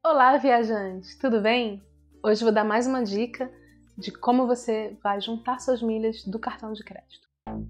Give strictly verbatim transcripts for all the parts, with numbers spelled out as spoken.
Olá, viajantes! Tudo bem? Hoje vou dar mais uma dica de como você vai juntar suas milhas do cartão de crédito.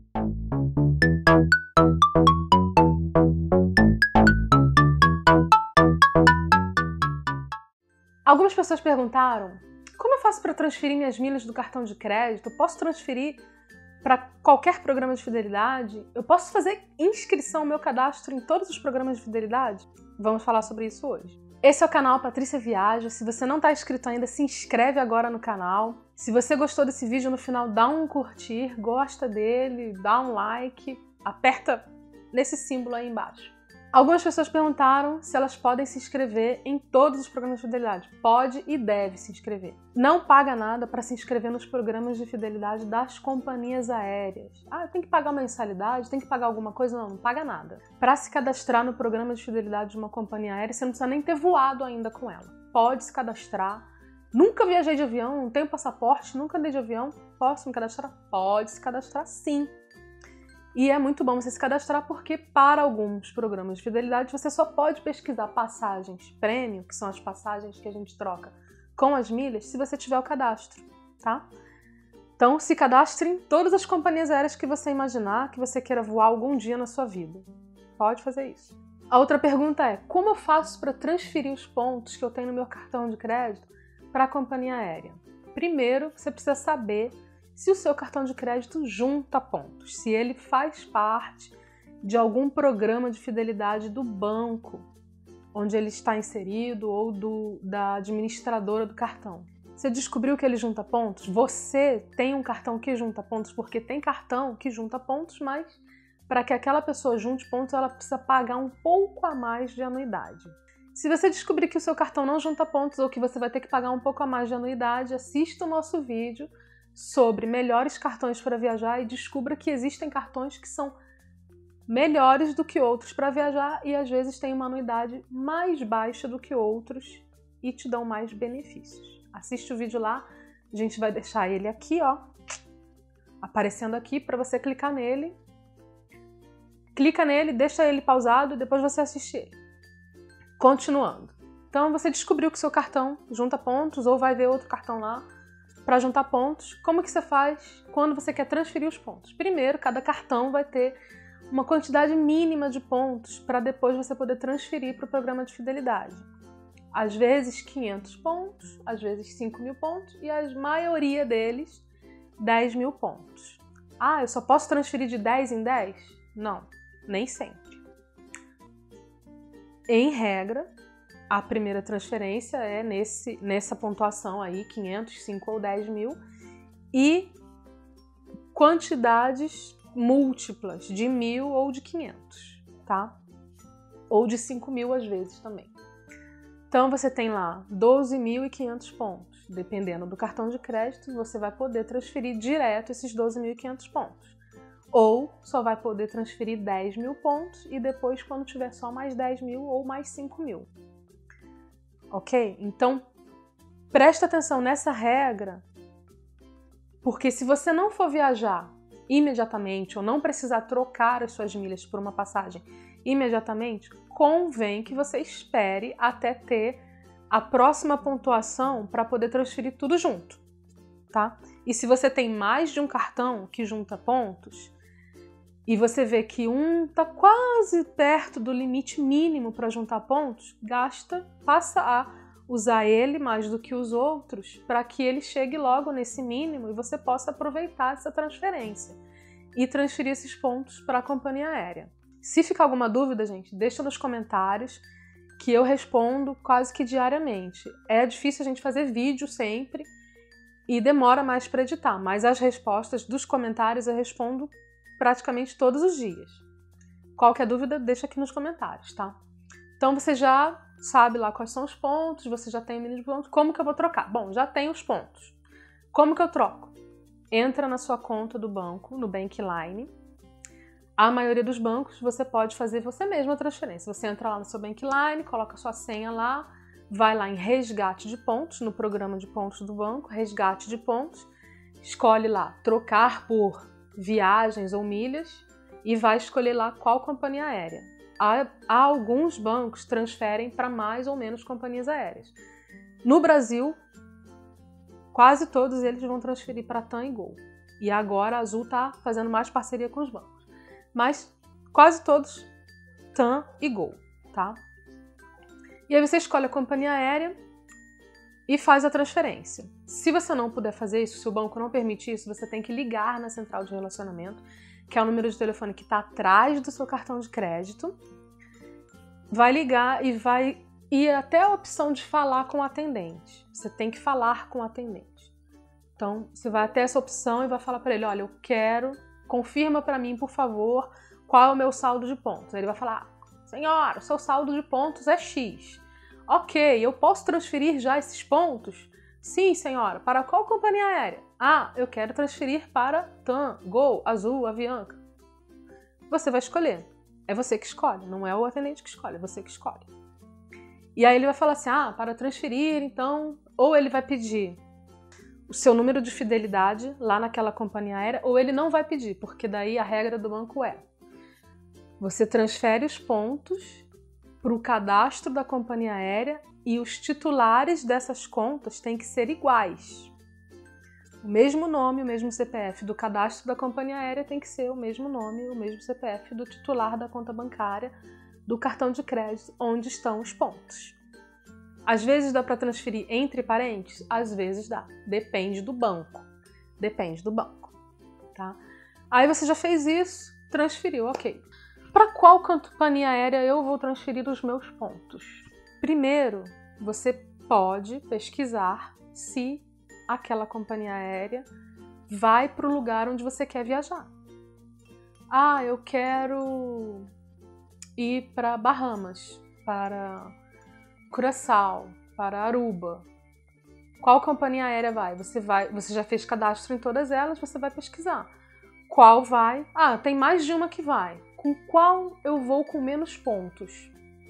Algumas pessoas perguntaram: como eu faço para transferir minhas milhas do cartão de crédito? Eu posso transferir para qualquer programa de fidelidade? Eu posso fazer inscrição, meu cadastro em todos os programas de fidelidade? Vamos falar sobre isso hoje. Esse é o canal Patrícia Viaja. Se você não está inscrito ainda, se inscreve agora no canal. Se você gostou desse vídeo, no final dá um curtir, gosta dele, dá um like, aperta nesse símbolo aí embaixo. Algumas pessoas perguntaram se elas podem se inscrever em todos os programas de fidelidade. Pode e deve se inscrever. Não paga nada para se inscrever nos programas de fidelidade das companhias aéreas. Ah, tem que pagar uma mensalidade, tem que pagar alguma coisa? Não, não paga nada. Para se cadastrar no programa de fidelidade de uma companhia aérea, você não precisa nem ter voado ainda com ela. Pode se cadastrar. Nunca viajei de avião, não tenho passaporte, nunca andei de avião. Posso me cadastrar? Pode se cadastrar sim. E é muito bom você se cadastrar porque para alguns programas de fidelidade você só pode pesquisar passagens prêmio, que são as passagens que a gente troca com as milhas, se você tiver o cadastro, tá? Então se cadastre em todas as companhias aéreas que você imaginar que você queira voar algum dia na sua vida. Pode fazer isso. A outra pergunta é: como eu faço para transferir os pontos que eu tenho no meu cartão de crédito para a companhia aérea? Primeiro, você precisa saber se o seu cartão de crédito junta pontos, se ele faz parte de algum programa de fidelidade do banco onde ele está inserido ou do, da administradora do cartão. Você descobriu que ele junta pontos? Você tem um cartão que junta pontos, porque tem cartão que junta pontos, mas para que aquela pessoa junte pontos, ela precisa pagar um pouco a mais de anuidade. Se você descobrir que o seu cartão não junta pontos ou que você vai ter que pagar um pouco a mais de anuidade, assista o nosso vídeo sobre melhores cartões para viajar e descubra que existem cartões que são melhores do que outros para viajar e às vezes têm uma anuidade mais baixa do que outros e te dão mais benefícios. Assiste o vídeo lá, a gente vai deixar ele aqui, ó, aparecendo aqui para você clicar nele. Clica nele, deixa ele pausado e depois você assiste ele. Continuando. Então você descobriu que seu cartão junta pontos ou vai ver outro cartão lá para juntar pontos. Como que você faz quando você quer transferir os pontos? Primeiro, cada cartão vai ter uma quantidade mínima de pontos para depois você poder transferir para o programa de fidelidade. Às vezes quinhentos pontos, às vezes cinco mil pontos e a maioria deles dez mil pontos. Ah, eu só posso transferir de dez em dez? Não, nem sempre. Em regra, a primeira transferência é nesse, nessa pontuação aí, quinhentos, cinco ou dez mil, e quantidades múltiplas de mil ou de quinhentos, tá? Ou de cinco mil às vezes também. Então você tem lá doze mil e quinhentos pontos. Dependendo do cartão de crédito, você vai poder transferir direto esses doze mil e quinhentos pontos. Ou só vai poder transferir dez mil pontos e depois, quando tiver só mais dez mil ou mais cinco mil. Ok? Então, presta atenção nessa regra, porque se você não for viajar imediatamente ou não precisar trocar as suas milhas por uma passagem imediatamente, convém que você espere até ter a próxima pontuação para poder transferir tudo junto, tá? E se você tem mais de um cartão que junta pontos e você vê que um está quase perto do limite mínimo para juntar pontos, gasta, passa a usar ele mais do que os outros para que ele chegue logo nesse mínimo e você possa aproveitar essa transferência e transferir esses pontos para a companhia aérea. Se ficar alguma dúvida, gente, deixa nos comentários que eu respondo quase que diariamente. É difícil a gente fazer vídeo sempre e demora mais para editar, mas as respostas dos comentários eu respondo praticamente todos os dias. Qualquer dúvida, deixa aqui nos comentários, tá? Então você já sabe lá quais são os pontos, você já tem o mínimo de pontos. Como que eu vou trocar? Bom, já tenho os pontos. Como que eu troco? Entra na sua conta do banco, no Bankline. A maioria dos bancos você pode fazer você mesmo a transferência. Você entra lá no seu Bankline, coloca a sua senha lá, vai lá em resgate de pontos, no programa de pontos do banco, resgate de pontos, escolhe lá trocar por viagens ou milhas e vai escolher lá qual companhia aérea. há, há alguns bancos que transferem para mais ou menos companhias aéreas. No Brasil, quase todos eles vão transferir para TAM e Gol. E agora a Azul está fazendo mais parceria com os bancos. Mas quase todos TAM e Gol, tá? E aí você escolhe a companhia aérea e faz a transferência. Se você não puder fazer isso, se o banco não permite isso, você tem que ligar na central de relacionamento, que é o número de telefone que está atrás do seu cartão de crédito. Vai ligar e vai ir até a opção de falar com o atendente. Você tem que falar com o atendente. Então, você vai até essa opção e vai falar para ele, olha, eu quero, confirma para mim, por favor, qual é o meu saldo de pontos. Aí ele vai falar, senhora, seu saldo de pontos é X. Ok, eu posso transferir já esses pontos? Sim, senhora. Para qual companhia aérea? Ah, eu quero transferir para TAM, Gol, Azul, Avianca. Você vai escolher. É você que escolhe, não é o atendente que escolhe, é você que escolhe. E aí ele vai falar assim, ah, para transferir, então... Ou ele vai pedir o seu número de fidelidade lá naquela companhia aérea, ou ele não vai pedir, porque daí a regra do banco é você transfere os pontos para o cadastro da companhia aérea e os titulares dessas contas têm que ser iguais. O mesmo nome, o mesmo C P F do cadastro da companhia aérea tem que ser o mesmo nome, o mesmo C P F do titular da conta bancária do cartão de crédito onde estão os pontos. Às vezes dá para transferir entre parentes, às vezes dá. Depende do banco. Depende do banco, tá? Aí você já fez isso, transferiu, ok. Para qual companhia aérea eu vou transferir os meus pontos? Primeiro, você pode pesquisar se aquela companhia aérea vai para o lugar onde você quer viajar. Ah, eu quero ir para Bahamas, para Curaçao, para Aruba. Qual companhia aérea vai? Você vai, você já fez cadastro em todas elas, você vai pesquisar. Qual vai? Ah, tem mais de uma que vai. Com qual eu vou com menos pontos?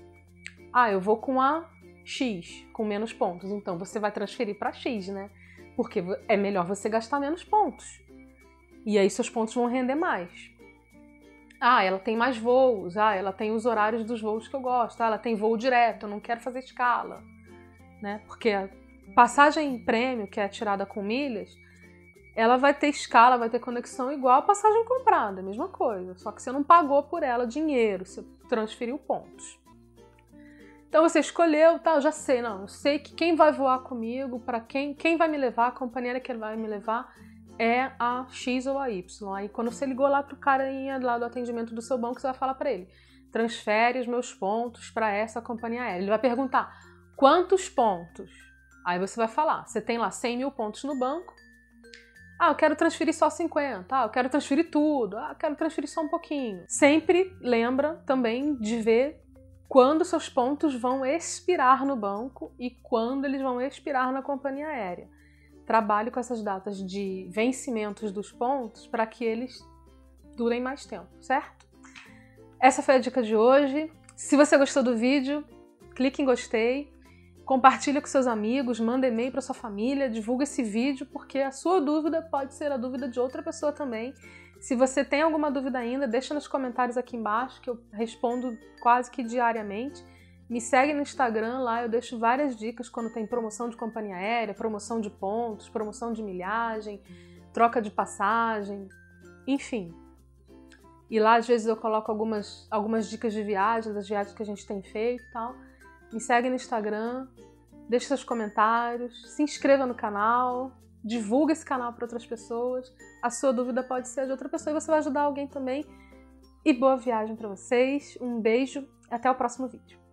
Ah, eu vou com a X, com menos pontos. Então você vai transferir para X, né? Porque é melhor você gastar menos pontos. E aí seus pontos vão render mais. Ah, ela tem mais voos. Ah, ela tem os horários dos voos que eu gosto. Ah, ela tem voo direto, eu não quero fazer escala. Né? Porque a passagem prêmio, que é tirada com milhas, ela vai ter escala, vai ter conexão igual a passagem comprada, a mesma coisa. Só que você não pagou por ela dinheiro, você transferiu pontos. Então você escolheu, tá, eu já sei, não, eu sei que quem vai voar comigo, para quem, quem vai me levar, a companhia que vai me levar é a X ou a Y. Aí quando você ligou lá pro carinha lá do atendimento do seu banco, você vai falar para ele, transfere os meus pontos para essa companhia aérea. Ele vai perguntar, quantos pontos? Aí você vai falar, você tem lá cem mil pontos no banco, ah, eu quero transferir só cinquenta, ah, eu quero transferir tudo, ah, eu quero transferir só um pouquinho. Sempre lembra também de ver quando seus pontos vão expirar no banco e quando eles vão expirar na companhia aérea. Trabalhe com essas datas de vencimentos dos pontos para que eles durem mais tempo, certo? Essa foi a dica de hoje. Se você gostou do vídeo, clique em gostei, compartilha com seus amigos, manda e-mail para sua família, divulga esse vídeo, porque a sua dúvida pode ser a dúvida de outra pessoa também. Se você tem alguma dúvida ainda, deixa nos comentários aqui embaixo, que eu respondo quase que diariamente. Me segue no Instagram, lá eu deixo várias dicas quando tem promoção de companhia aérea, promoção de pontos, promoção de milhagem, troca de passagem, enfim. E lá às vezes eu coloco algumas, algumas dicas de viagem, das viagens que a gente tem feito e tal. Me segue no Instagram, deixe seus comentários, se inscreva no canal, divulga esse canal para outras pessoas. A sua dúvida pode ser de outra pessoa e você vai ajudar alguém também. E boa viagem para vocês, um beijo, até o próximo vídeo.